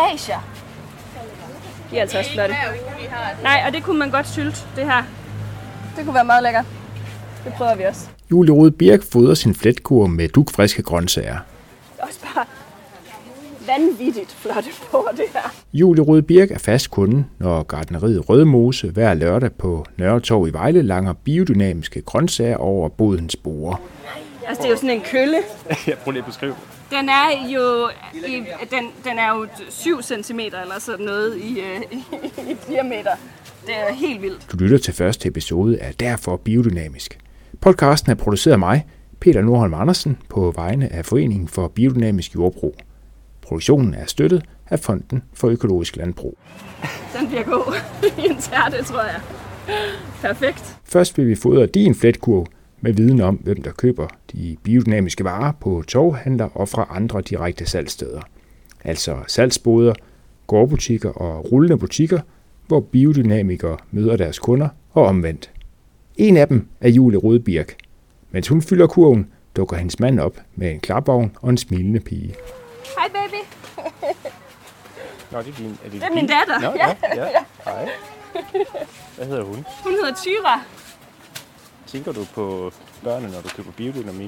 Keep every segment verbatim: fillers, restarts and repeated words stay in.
Asia. De er altså også flotte. Nej, og det kunne man godt sylte, det her. Det kunne være meget lækkert. Det prøver vi også. Julie Rode Birk fodrer sin fletkur med dugfriske grøntsager. Også bare vanvittigt flotte på det her. Julie Rode Birk er fast kunde, når gartneriet Rødmose hver lørdag på Nørretorv i Vejle langer biodynamiske grøntsager over bodens borde. Altså, det er jo sådan en kølle. Jeg prøver lige at beskrive. Den er jo, i, den, den er jo syv centimeter eller sådan noget i, i, i diameter. Det er helt vildt. Du lytter til første episode af Derfor Biodynamisk. Podcasten er produceret af mig, Peter Nordholm Andersen, på vegne af Foreningen for Biodynamisk Jordbrug. Produktionen er støttet af Fonden for Økologisk Landbrug. Den bliver god i en tærte, tror jeg. Perfekt. Først vil vi fodre din fletkurv med viden om, hvem der køber de biodynamiske varer på torvhandler og fra andre direkte salgssteder. Altså salgsboder, gårdbutikker og rullende butikker, hvor biodynamikere møder deres kunder og omvendt. En af dem er Julie Rode Birk. Mens hun fylder kurven, dukker hendes mand op med en klapvogn og en smilende pige. Hej baby. Nå, det er, din, er det, det er min datter. Nå, ja, ja. Hej. Hvad hedder hun? Hun hedder Tyra. Tænker du på børnene, når du køber biodynamik?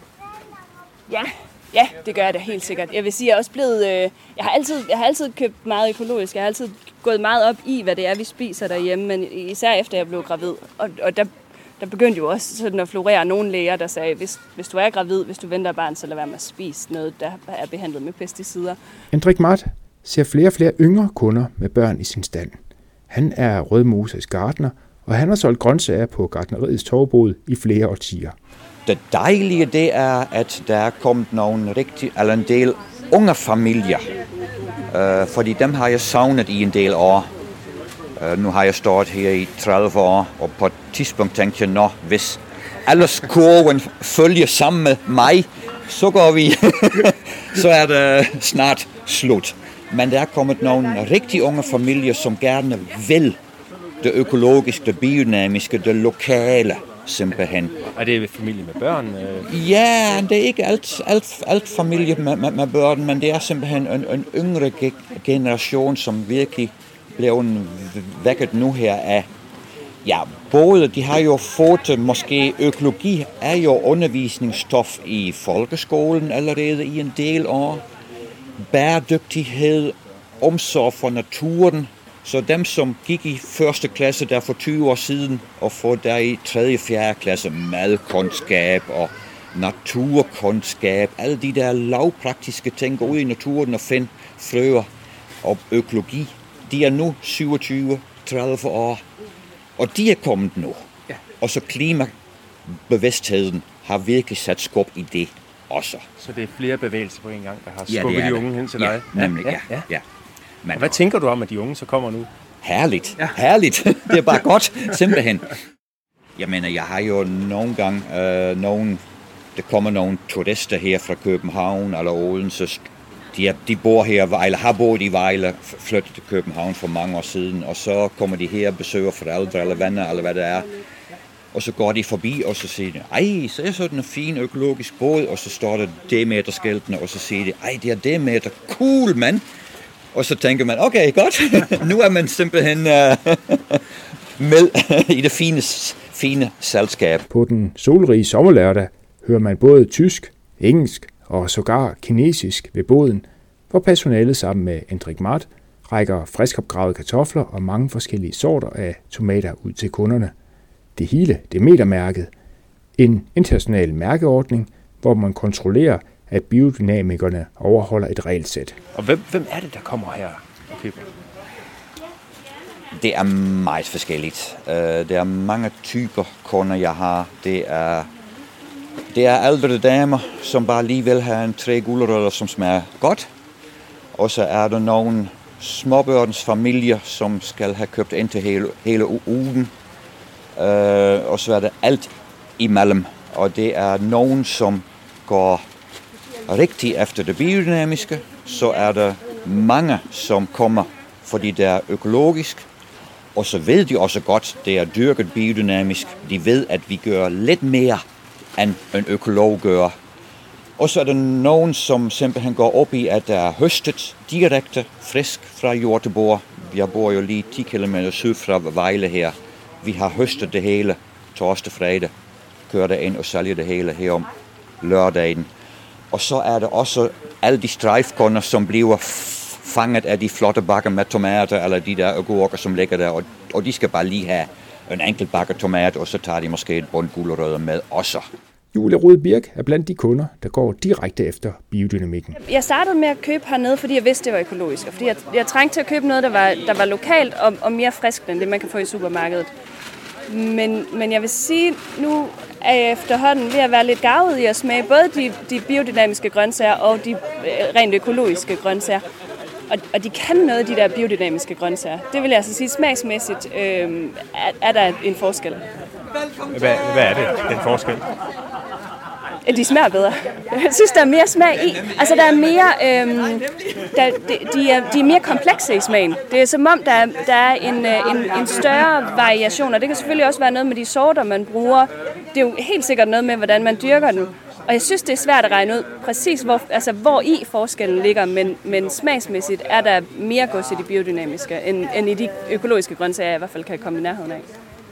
Ja, ja, det gør jeg da helt sikkert. Jeg vil sige, jeg er også blevet... Øh, jeg, har altid, jeg har altid købt meget økologisk. Jeg har altid gået meget op i, hvad det er, vi spiser derhjemme. Men især efter jeg blev gravid. Og, og der, der begyndte jo også sådan at florere nogle læger, der sagde, hvis, hvis du er gravid, hvis du venter barn, så lad være med at spise noget, der er behandlet med pesticider. Hendrik Mart ser flere og flere yngre kunder med børn i sin stand. Han er Rødmoses gartner, og han har solgt grøntsager på gartneriets torvbod i flere årtier. Det dejlige det er, at der er kommet nogle rigtig, eller en del unge familier, uh, fordi dem har jeg savnet i en del år. Uh, nu har jeg stået her i tredive år, og på et tidspunkt tænkte jeg, nå, hvis alles kurven følger sammen med mig, så går vi, så er det snart slut. Men der er kommet nogle rigtig unge familier, som gerne vil det økologiske, det biodynamiske, det lokale simpelthen. Er det familie med børn? Ja, det er ikke alt, alt, alt familie med, med, med børn, men det er simpelthen en, en yngre generation, som virkelig bliver vækket nu her af. Ja, både de har jo fået, måske økologi er jo undervisningsstof i folkeskolen allerede i en del år. Bæredygtighed, omsorg for naturen. Så dem, som gik i første klasse der for tyve år siden, og får der i tredje, fjerde klasse madkundskab og naturkundskab, alle de der lavpraktiske ting, gå ud i naturen og finde frøer og økologi, de er nu syvogtyve til tredive år, og de er kommet nu. Ja. Og så klimabevidstheden har virkelig sat skub i det også. Så det er flere bevægelser på en gang, der har ja, skubbet de unge hen til dig? Ja, nemlig, ja. ja, ja. Men, hvad tænker du om, at de unge så kommer nu? Herligt, ja. herligt. Det er bare godt, simpelthen. Jeg mener, jeg har jo nogle gange, øh, nogen, der kommer nogle turister her fra København eller Odense. De, er, de bor her, eller har boet i Vejle, flyttet til København for mange år siden, og så kommer de her og besøger forældre eller venner, eller hvad det er. Og så går de forbi, og så siger de, ej, så er sådan en fin økologisk båd, og så står der Demeter-skiltene, og så siger de, ej, det er Demeter, cool, mand. Og så tænker man, okay, godt, nu er man simpelthen uh, med i det fine, fine selskab. På den solrige sommerlørdag hører man både tysk, engelsk og sågar kinesisk ved båden, hvor personalet sammen med Hendrik Mart rækker friskopgravede kartofler og mange forskellige sorter af tomater ud til kunderne. Det hele, det metermærket, en international mærkeordning, hvor man kontrollerer, at biodynamikerne overholder et regelsæt. Og hvem, hvem er det, der kommer her og køber? Det er meget forskelligt. Uh, der er mange typer kunder, jeg har. Det er, det er ældre damer, som bare lige vil have en tre gulerødder, som smager godt. Og så er der nogle småbørnsfamilier, som skal have købt ind til hele, hele ugen. Uh, og så er det alt imellem. Og det er nogen, som går rigtigt efter det biodynamiske. Så er der mange, som kommer, fordi det er økologisk. Og så ved de også godt, det er dyrket biodynamisk. De ved, at vi gør lidt mere, end en økolog gør. Og så er der nogen, som simpelthen går op i, at der er høstet direkte frisk fra jord til bord. Jeg bor jo lige ti kilometer syd fra Vejle her. Vi har høstet det hele torsdag fredag. Kører det ind og sælger det hele her om lørdagen. Og så er der også alle de strejfkunder, som bliver fanget af de flotte bakker med tomater, eller de der agurker, som ligger der. Og, og de skal bare lige have en enkelt bakke tomat, og så tager de måske et bund gulerødder med også. Julie Rod Birk er blandt de kunder, der går direkte efter biodynamikken. Jeg startede med at købe hernede, fordi jeg vidste, det var økologisk. Og fordi jeg, jeg trængte til at købe noget, der var, der var lokalt og, og mere frisk end det, man kan få i supermarkedet. Men, men jeg vil sige, nu er jeg efterhånden ved at være lidt garvet i at smage både de, de biodynamiske grøntsager og de rent økologiske grøntsager. Og, og de kan noget, de der biodynamiske grøntsager. Det vil jeg altså sige, smagsmæssigt øh, er, er der en forskel. Hvad, hvad er det, den forskel? De smager bedre. Jeg synes, der er mere smag i. Altså, der er mere, øhm, der, de, de, er, de er mere komplekse i smagen. Det er som om, der er, der er en, en, en større variation, og det kan selvfølgelig også være noget med de sorter, man bruger. Det er jo helt sikkert noget med, hvordan man dyrker den. Og jeg synes, det er svært at regne ud præcis, hvor, altså, hvor i forskellen ligger, men, men smagsmæssigt er der mere gods i de biodynamiske, end, end i de økologiske grøntsager, jeg i hvert fald kan komme i nærheden af.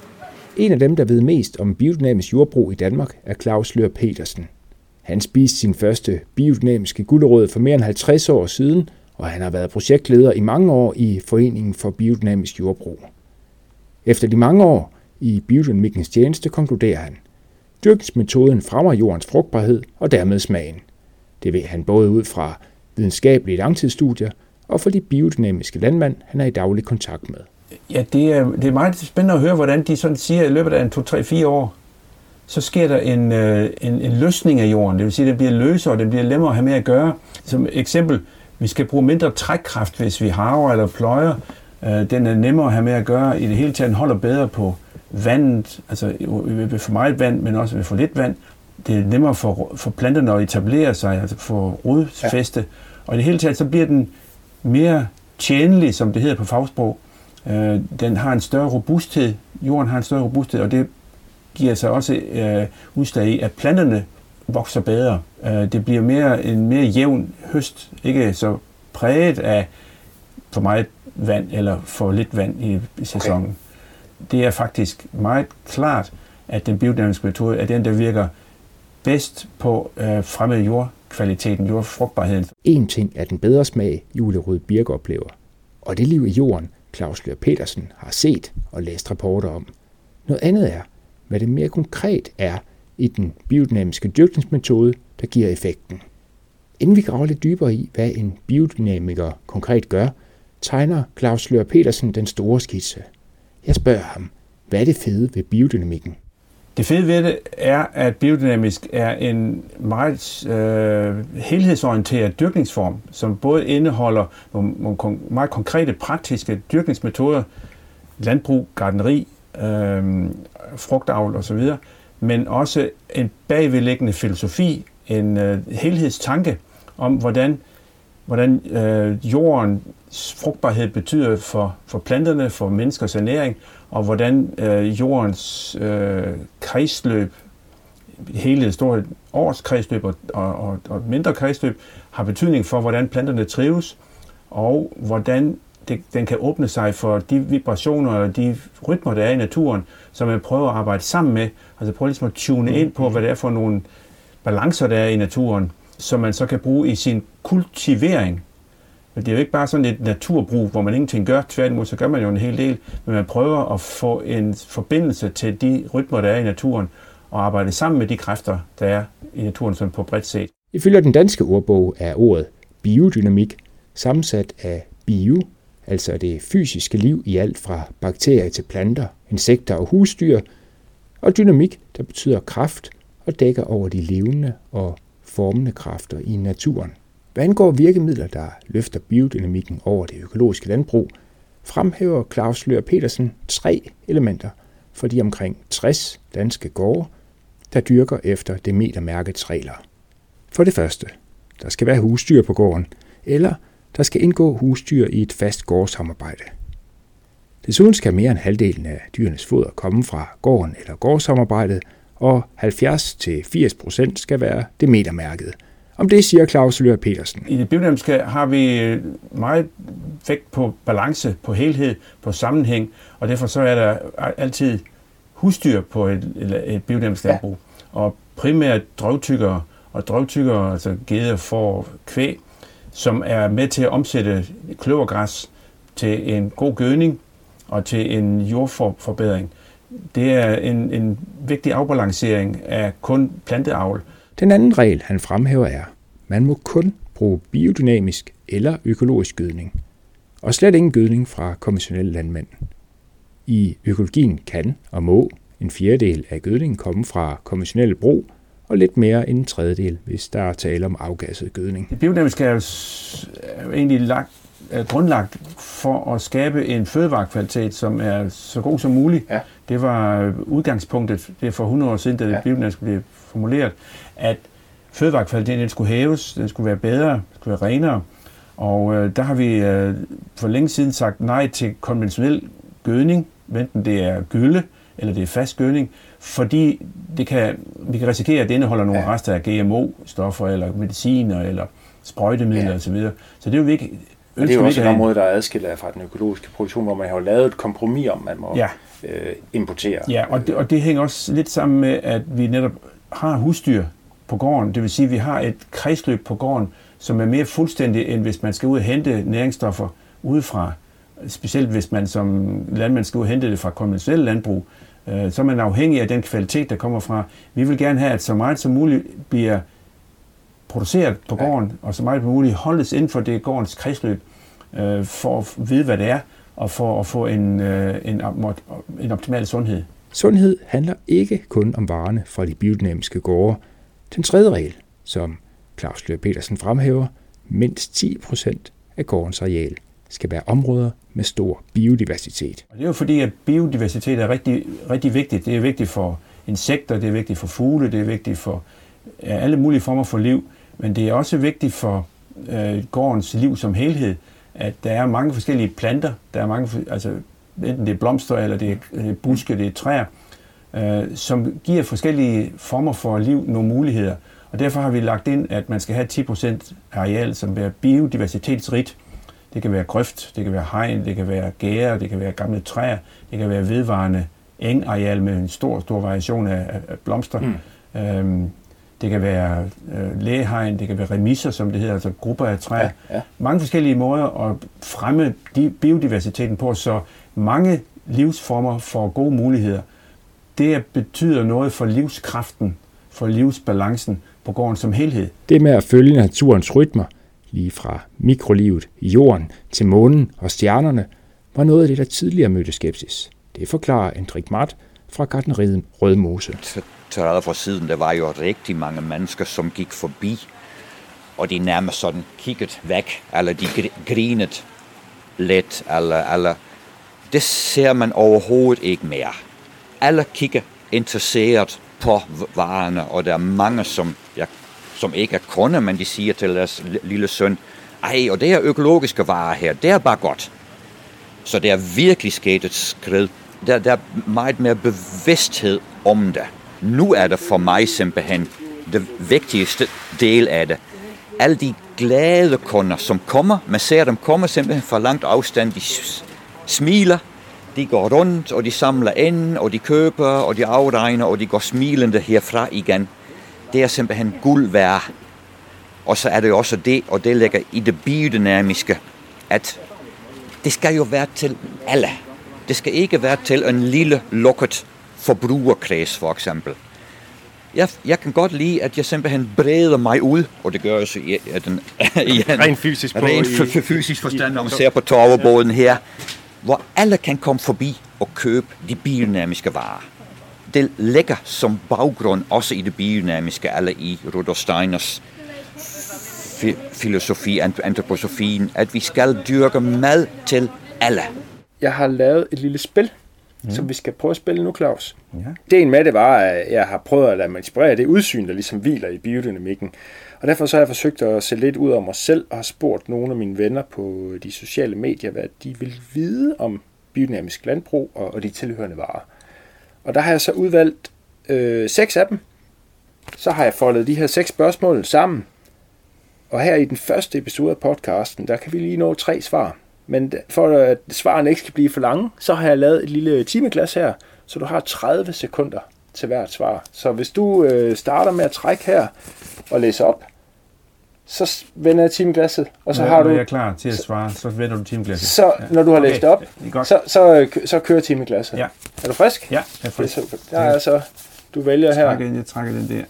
En af dem, der ved mest om biodynamisk jordbrug i Danmark, er Claus Løhr Petersen. Han spiste sin første biodynamiske gulerod for mere end halvtreds år siden, og han har været projektleder i mange år i Foreningen for Biodynamisk Jordbrug. Efter de mange år i biodynamikkens tjeneste konkluderer han: dyrkningsmetoden fremmer jordens frugtbarhed og dermed smagen. Det ved han både ud fra videnskabelige langtidsstudier og for de biodynamiske landmænd, han er i daglig kontakt med. Ja, det er, det er meget spændende at høre, hvordan de sådan siger, at i løbet af en to, tre, fire år, så sker der en, en, en løsning af jorden. Det vil sige, at den bliver løsere, og den bliver nemmere at have med at gøre. Som eksempel, vi skal bruge mindre trækkraft, hvis vi harver eller pløjer. Den er nemmere at have med at gøre. I det hele taget, den holder bedre på vandet, altså ved for meget vand, men også ved for lidt vand. Det er nemmere for, for planterne at etablere sig, altså for rodfæste. Ja. Og i det hele taget, så bliver den mere tjenlig, som det hedder på fagsprog. Den har en større robusthed, jorden har en større robusthed, og det giver sig også øh, udslag i, at planterne vokser bedre. Øh, det bliver mere en mere jævn høst, ikke så præget af for meget vand eller for lidt vand i, i sæsonen. Okay. Det er faktisk meget klart, at den biodynamiske metode er den, der virker bedst på øh, fremme jordkvaliteten, jordfrugtbarheden. En ting er den bedre smag, Julie Rod Birk oplever, og det liv i jorden, Claus Løhr Petersen har set og læst rapporter om. Noget andet er, hvad det mere konkret er i den biodynamiske dyrkningsmetode, der giver effekten. Inden vi graver lidt dybere i, hvad en biodynamiker konkret gør, tegner Claus Løhr Petersen den store skitse. Jeg spørger ham, hvad er det fede ved biodynamikken? Det fede ved det er, at biodynamisk er en meget øh, helhedsorienteret dyrkningsform, som både indeholder nogle, nogle kon- meget konkrete praktiske dyrkningsmetoder, landbrug, gartneri, øh, frugtavl osv., men også en bagvedliggende filosofi, en øh, helhedstanke om, hvordan, hvordan øh, jordens frugtbarhed betyder for, for planterne, for menneskers ernæring, og hvordan øh, jordens øh, kredsløb, hele det store års kredsløb og, og, og mindre kredsløb, har betydning for, hvordan planterne trives, og hvordan det, den kan åbne sig for de vibrationer og de rytmer, der er i naturen, som man prøver at arbejde sammen med. Altså prøve ligesom at tune ind på, hvad det er for nogle balancer, der er i naturen, som man så kan bruge i sin kultivering. Det er jo ikke bare sådan et naturbrug, hvor man ingenting gør. Tværtimod, så gør man jo en hel del, men man prøver at få en forbindelse til de rytmer, der er i naturen, og arbejde sammen med de kræfter, der er i naturen sådan på bredt set. Ifølge den danske ordbog er ordet biodynamik sammensat af bio, altså det fysiske liv i alt fra bakterier til planter, insekter og husdyr, og dynamik, der betyder kraft og dækker over de levende og formende kræfter i naturen. Hvad angår virkemidler, der løfter biodynamikken over det økologiske landbrug, fremhæver Claus Løhr Petersen tre elementer for de omkring tres danske gårde, der dyrker efter Demeter-mærkets regler. For det første, der skal være husdyr på gården, eller der skal indgå husdyr i et fast gårdssamarbejde. Desuden skal mere end halvdelen af dyrenes foder komme fra gården eller gårdssamarbejdet, og halvfjerds til firs procent skal være Demeter-mærket, Om det siger Claus Løhr Petersen. I det biodynamiske har vi meget vægt på balance, på helhed, på sammenhæng, og derfor så er der altid husdyr på et, et biodynamisk landbrug. Ja. Og primært drøvtyggere, og drøvtyggere, altså geder, får, kvæg, som er med til at omsætte kløvergræs til en god gødning og til en jordforbedring. Det er en, en vigtig afbalancering af kun planteavl. Den anden regel, han fremhæver, er, man må kun bruge biodynamisk eller økologisk gødning, og slet ingen gødning fra konventionelle landmænd. I økologien kan og må en fjerdedel af gødningen komme fra konventionelle brug, og lidt mere end en tredjedel, hvis der er tale om afgasset gødning. Det biodynamiske er jo, er jo egentlig lagt, er grundlagt for at skabe en fødevarekvalitet, som er så god som muligt. Ja. Det var udgangspunktet, det er for hundrede år siden, da det ja. biodynamiske blev formuleret, at fødevarekvaliteten den skulle hæves, den skulle være bedre, den skulle være renere. Og øh, der har vi øh, for længe siden sagt nej til konventionel gødning, enten det er gylle eller det er fast gødning, fordi det kan, vi kan risikere, at det indeholder nogle ja. rester af G M O-stoffer, eller mediciner, eller sprøjtemidler ja. osv. Så, så det er jo ikke... Og det er jo også et område, der er adskilt fra den økologiske produktion, hvor man har lavet et kompromis om, man må ja. øh, importere. Ja, og det, og det hænger også lidt sammen med, at vi netop har husdyr på gården. Det vil sige, at vi har et kredsløb på gården, som er mere fuldstændig, end hvis man skal ud og hente næringsstoffer udefra. Specielt hvis man som landmand skal ud og hente det fra konventionelle landbrug. Så er man afhængig af den kvalitet, der kommer fra. Vi vil gerne have, at så meget som muligt bliver produceret på gården, ja. og så meget som muligt holdes inden for det gårdens kredsløb, for at vide, hvad det er, og for at få en, en, en optimal sundhed. Sundhed handler ikke kun om varerne fra de biodynamiske gårde. Den tredje regel, som Claus Løhr Petersen fremhæver, mindst ti procent af gårdens areal skal være områder med stor biodiversitet. Og det er jo fordi, at biodiversitet er rigtig, rigtig vigtigt. Det er vigtigt for insekter, det er vigtigt for fugle, det er vigtigt for ja, alle mulige former for liv, men det er også vigtigt for øh, gårdens liv som helhed, at der er mange forskellige planter, der er mange, altså enten det er blomster, eller det er, det er buske, det er træer, øh, som giver forskellige former for liv nogle muligheder. Og derfor har vi lagt ind, at man skal have ti procent areal, som er biodiversitetsrigt. Det kan være grøft, det kan være hegn, det kan være gærer, det kan være gamle træer, det kan være vedvarende engareal med en stor, stor variation af, af blomster. Mm. Øhm, det kan være øh, lægehegn, det kan være remisser, som det hedder, altså grupper af træer. Ja, ja. Mange forskellige måder at fremme biodiversiteten på, så mange livsformer får gode muligheder. Det betyder noget for livskraften, for livsbalancen på gården som helhed. Det med at følge naturens rytmer, lige fra mikrolivet i jorden til månen og stjernerne, var noget af det, der tidligere mødte skepsis. Det forklarer Hendrik Matt fra gartneriet Rødmose. tredive år siden, der var jo rigtig mange mennesker, som gik forbi, og de nærmest sådan kiggede væk, eller de grinede lidt, eller, eller det ser man overhovedet ikke mere. Alle kigger interesseret på varerne, og der er mange, som, ja, som ikke er kunder, men de siger til deres lille søn, ej, og det er økologiske varer her, det er bare godt. Så det er virkelig sket et skridt. Der, der er meget mere bevidsthed om det. Nu er det for mig simpelthen det vigtigste del af det. Alle de glade kunder, som kommer, man ser dem komme simpelthen fra langt afstand, de smiler, de går rundt, og de samler ind, og de køber, og de afregner, og de går smilende herfra igen. Det er simpelthen guld værd. Og så er det jo også det, og det ligger i det biodynamiske, at det skal jo være til alle. Det skal ikke være til en lille lukket forbrugerkreds, for eksempel. Jeg, jeg kan godt lide, at jeg simpelthen breder mig ud, og det gør jeg så i, i, den, i en rent fysisk, på, rent f- fysisk forstand, når man ser på torvebåden her, hvor alle kan komme forbi og købe de biodynamiske varer. Det ligger som baggrund også i det biodynamiske, eller i Rudolf Steiners fi- filosofi, antroposofien, at vi skal dyrke mad til alle. Jeg har lavet et lille spil, mm. som vi skal prøve at spille nu, Claus. Ja. Det med det var, at jeg har prøvet at lade mig inspirere det udsyn, der ligesom hviler i biodynamikken. Og derfor så har jeg forsøgt at se lidt ud af mig selv, og har spurgt nogle af mine venner på de sociale medier, hvad de vil vide om biodynamisk landbrug og, og de tilhørende varer. Og der har jeg så udvalgt øh, seks af dem. Så har jeg foldet de her seks spørgsmål sammen, Og her i den første episode af podcasten, der kan vi lige nå tre svar. Men for at svarene ikke skal blive for lange, så har jeg lavet et lille timeglas her, så du har tredive sekunder til hvert svar. Så hvis du øh, starter med at trække her og læse op, så vender jeg timeglasset, og så når, har du... Når jeg er klar til at svare, så vender du timeglasset. Så når du har læst okay. op, så, så, så kører timeglasset. Ja. Er du frisk? Ja, jeg er frisk. Det er der er altså, du vælger her. Jeg trækker, jeg trækker den der.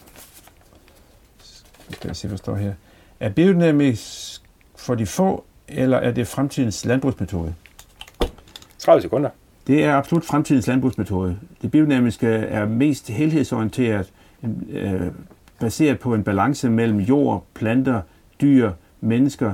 Skal jeg se, hvad står her. Er biodynamisk for de få, eller er det fremtidens landbrugsmetode? tredive sekunder. Det er absolut fremtidens landbrugsmetode. Det biodynamiske er mest helhedsorienteret, øh, baseret på en balance mellem jord, planter, dyr, mennesker,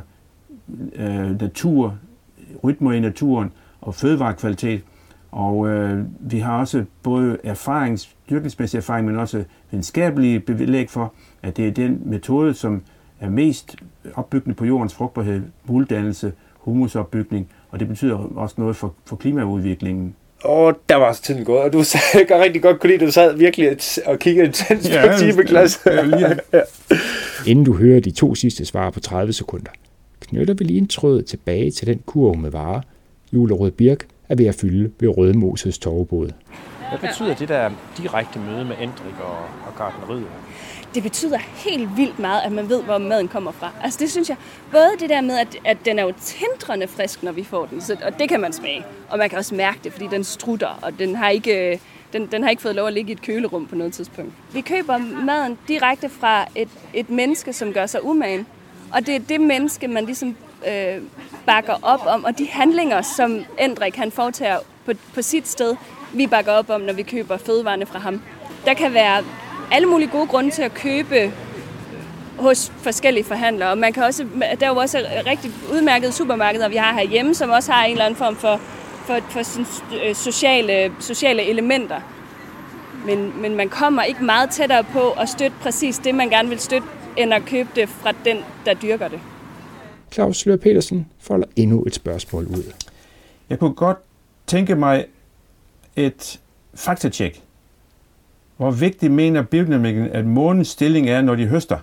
øh, natur, rytmer i naturen og fødevarekvalitet. Og øh, vi har også både erfarings, dyrkningsmæssig erfaring, men også videnskabelige belæg for, at det er den metode, som er mest opbyggende på jordens frugtbarhed, muldannelse, humusopbygning, og det betyder også noget for, for klimaudviklingen. Åh, oh, der var også tiden gået, og du sagde rigtig godt, fordi du sad virkelig og kiggede intens på ja, timeglas. Ja. Inden du hører de to sidste svar på tredive sekunder, knytter vi lige en tråd tilbage til den kurv med varer, Julerød Birk er ved at fylde ved Rødmoses torvebod. Hvad betyder det der direkte møde med Endrik og, og gartneriet? Det betyder helt vildt meget, at man ved, hvor maden kommer fra. Altså det synes jeg, både det der med, at, at den er jo tindrende frisk, når vi får den, så, og det kan man smage. Og man kan også mærke det, fordi den strutter, og den har ikke, den, den har ikke fået lov at ligge i et kølerum på noget tidspunkt. Vi køber maden direkte fra et, et menneske, som gør sig umagen. Og det er det menneske, man ligesom øh, bakker op om, og de handlinger, som Endrik han foretager på, på sit sted, vi bakker op om, når vi køber fødevarene fra ham. Der kan være alle mulige gode grunde til at købe hos forskellige forhandlere. Og man kan også, der er jo også rigtig udmærkede supermarkeder, vi har herhjemme, som også har en eller anden form for, for, for sådan, sociale, sociale elementer. Men, men man kommer ikke meget tættere på at støtte præcis det, man gerne vil støtte, end at købe det fra den, der dyrker det. Claus Slør Petersen folder endnu et spørgsmål ud. Jeg kunne godt tænke mig et faktatjek. Hvor vigtigt mener biodynamikken, at månens stilling er, når de høster?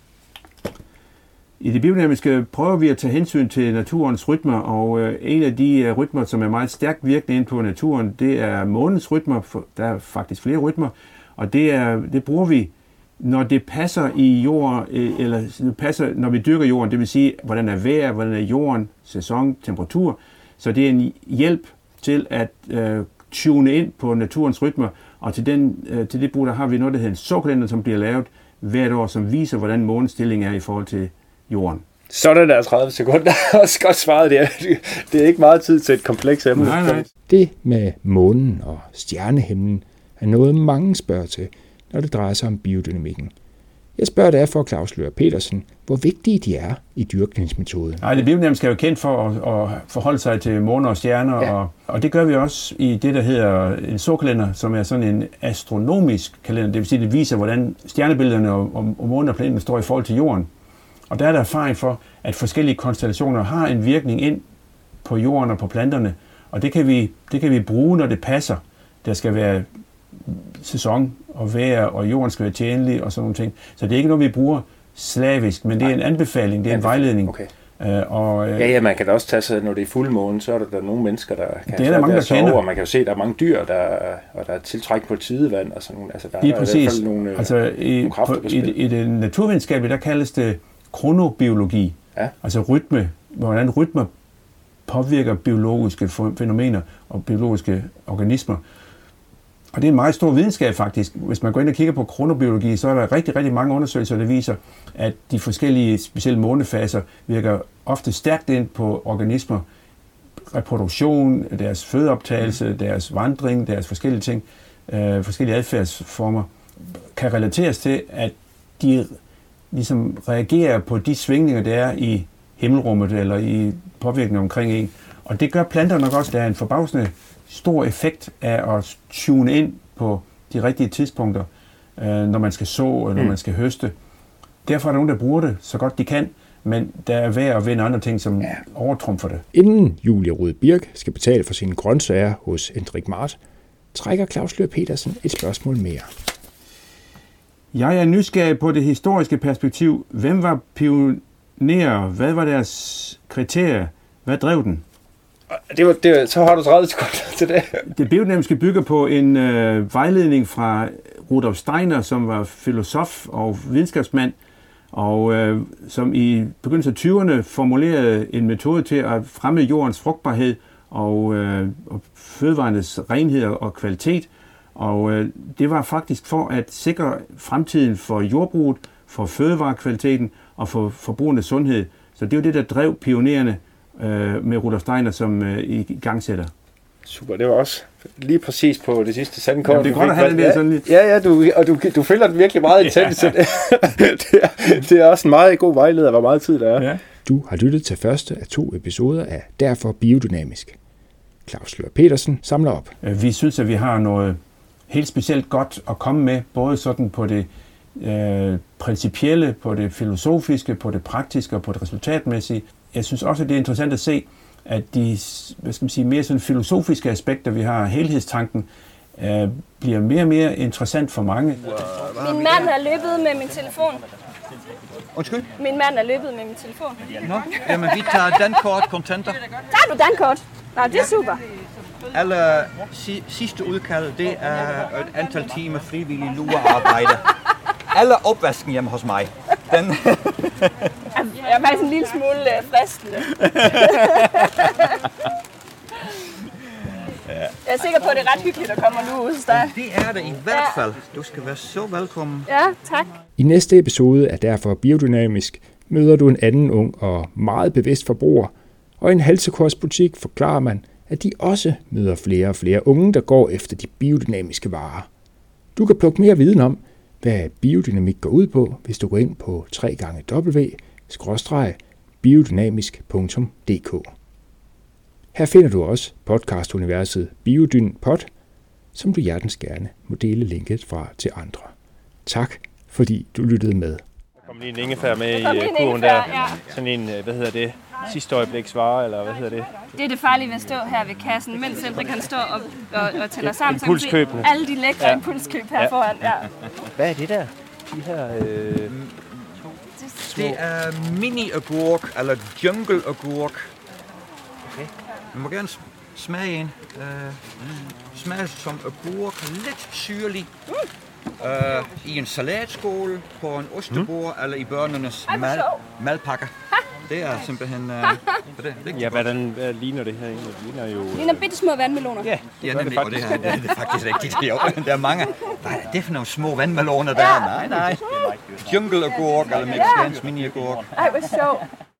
I det biodynamiske prøver vi at tage hensyn til naturens rytmer, og øh, en af de øh, rytmer, som er meget stærkt virkende ind på naturen, det er månens rytmer. For der er faktisk flere rytmer, og det, er, det bruger vi, når det passer i jord, øh, eller det passer, når vi dyrker jorden, det vil sige, hvordan er vejr, hvordan er jorden, sæson, temperatur. Så det er en hjælp til at øh, tune ind på naturens rytmer, og til, den, øh, til det brug, der har vi noget, der hedder en såkalender, som bliver lavet hvert år, som viser, hvordan månens stilling er i forhold til jorden. Sådan der tredive sekunder. Også godt svaret det. Det er ikke meget tid til et kompleks emne. Nej, nej. Det med månen og stjernehimlen er noget, mange spørger til, når det drejer sig om biodynamikken. Jeg spørger derfor Claus Slør Petersen, hvor vigtige de er i dyrkningsmetoden. Nej, det biodynamiske er jo kendt for at, at forholde sig til måner og stjerner, ja. og, og det gør vi også i det, der hedder en såkalender, som er sådan en astronomisk kalender. Det vil sige, det viser, hvordan stjernebillederne og, og, og månen og planeten står i forhold til jorden. Og der er der erfaring for, at forskellige konstellationer har en virkning ind på jorden og på planterne, og det kan vi, det kan vi bruge, når det passer. Der skal være sæson og vejr, og jorden skal være tjenlig og sådan nogle ting. Så det er ikke noget, vi bruger slavisk, men det er en anbefaling, det er en vejledning. Okay. Uh, og, uh, ja, ja, man kan da også tage sig, når det er fuldmåne, så er der, der nogle mennesker, der kan det er der mange, der sove, kender. Og man kan jo se, at der er mange dyr, der, og der er tiltræk på tidevand og sådan nogle. Altså, der Lige er præcis. i hvert fald nogle, altså, i, nogle kræfter på, på i, i det naturvidenskabelige, der kaldes det kronobiologi. Ja. Altså rytme, hvordan rytmer påvirker biologiske fænomener og biologiske organismer. Og det er en meget stor videnskab faktisk. Hvis man går ind og kigger på kronobiologi, så er der rigtig, rigtig mange undersøgelser, der viser, at de forskellige specielle månefaser virker ofte stærkt ind på organismer. Reproduktion, deres fødeoptagelse, deres vandring, deres forskellige ting, øh, forskellige adfærdsformer, kan relateres til, at de ligesom reagerer på de svingninger, der er i himmelrummet eller i påvirkningen omkring en. Og det gør planter nok også. Der er en forbavsende stor effekt af at tune ind på de rigtige tidspunkter, øh, når man skal så eller når mm. man skal høste. Derfor er der nogen, der bruger det så godt de kan, men der er værd at vinde andre ting, som ja. overtrumfer det. Inden Julie Rode Birk skal betale for sine grøntsager hos Endrik Mart, trækker Claus Slør Petersen et spørgsmål mere. Jeg er nysgerrig på det historiske perspektiv. Hvem var definere, hvad var deres kriterier? Hvad drev den? Det var, det var, så har du så ret godt til det. Det biodynamiske bygger på en øh, vejledning fra Rudolf Steiner, som var filosof og videnskabsmand, og øh, som i begyndelsen af tyverne formulerede en metode til at fremme jordens frugtbarhed og, øh, og fødevarenes renhed og kvalitet. Og øh, det var faktisk for at sikre fremtiden for jordbruget, for fødevarekvaliteten og for forbrugernes sundhed. Så det var det, der drev pionererne øh, med Rudolf Steiner som øh, i gangsætter. Super, det var også lige præcis på det sidste sandkort. Jamen, det er godt at have den der sådan lidt. Ja, ja, du, og du, du følger den virkelig meget intens. Ja. det, er, det er også en meget god vejleder, hvor meget tid der er. Ja. Du har lyttet til første af to episoder af Derfor Biodynamisk. Claus Slør Petersen samler op. Vi synes, at vi har noget helt specielt godt at komme med, både sådan på det øh, principielle, på det filosofiske, på det praktiske og på det resultatmæssige. Jeg synes også, at det er interessant at se, at de, hvad skal man sige, mere sådan filosofiske aspekter, vi har, helhedstanken, øh, bliver mere og mere interessant for mange. Min mand er løbet med min telefon. Undskyld? Min mand er løbet med min telefon. Nå, jamen vi tager dankort kontanter. Tager du dankort? Nej, det er super. Alle si- sidste udkald, det er et antal timer frivillig lurearbejde. Alle opvasken hjemme hos mig. Den Jeg er faktisk en lille smule uh, fristende. Jeg er sikker på, at det er ret hyggeligt at komme nu hos dig. Det er det i hvert fald. Du skal være så velkommen. Ja, tak. I næste episode af Derfor Biodynamisk møder du en anden ung og meget bevidst forbruger, og i en halsekostbutik forklarer man, at de også møder flere og flere unge, der går efter de biodynamiske varer. Du kan plukke mere viden om, hvad biodynamik går ud på, hvis du går ind på w w w skråstreg biodynamisk punktum d k. Her finder du også podcastuniverset Biodyn Pod, som du hjertens gerne må dele linket fra til andre. Tak, fordi du lyttede med. Der kom lige en ingefær med i kurven der. Ja. Sådan en, hvad hedder det, sidste øjebliks vare, eller hvad hedder det? Det er det farlige ved at stå her ved kassen, mens Hendrik kan stå og, og, og tæller sammen. Impulskøbene. Alle de lækre ja. impulskøb her ja. foran. Ja. Hvad er det der? De her... Øh... Det er mini-agurk, eller jungle-agurk. Okay. Man må gerne smage en. Uh, smager som agurk, lidt syrlig. Mm. Uh, I en salatskål, på en ostebord, mm. eller i børnenes mal- madpakker. Det er simpelthen... Uh, det er ja, hvordan hvad ligner det her egentlig? Det ligner jo... Det ligner bitte små vandmeloner. Ja, det er nemlig, og det, her, det, er, det er faktisk rigtigt. Jo, der er mange... Hvad er det for nogle små vandmeloner der? Nej, nej. Jungle-agurk, eller mexicansk mini-agurk. Ej, hvor sjovt.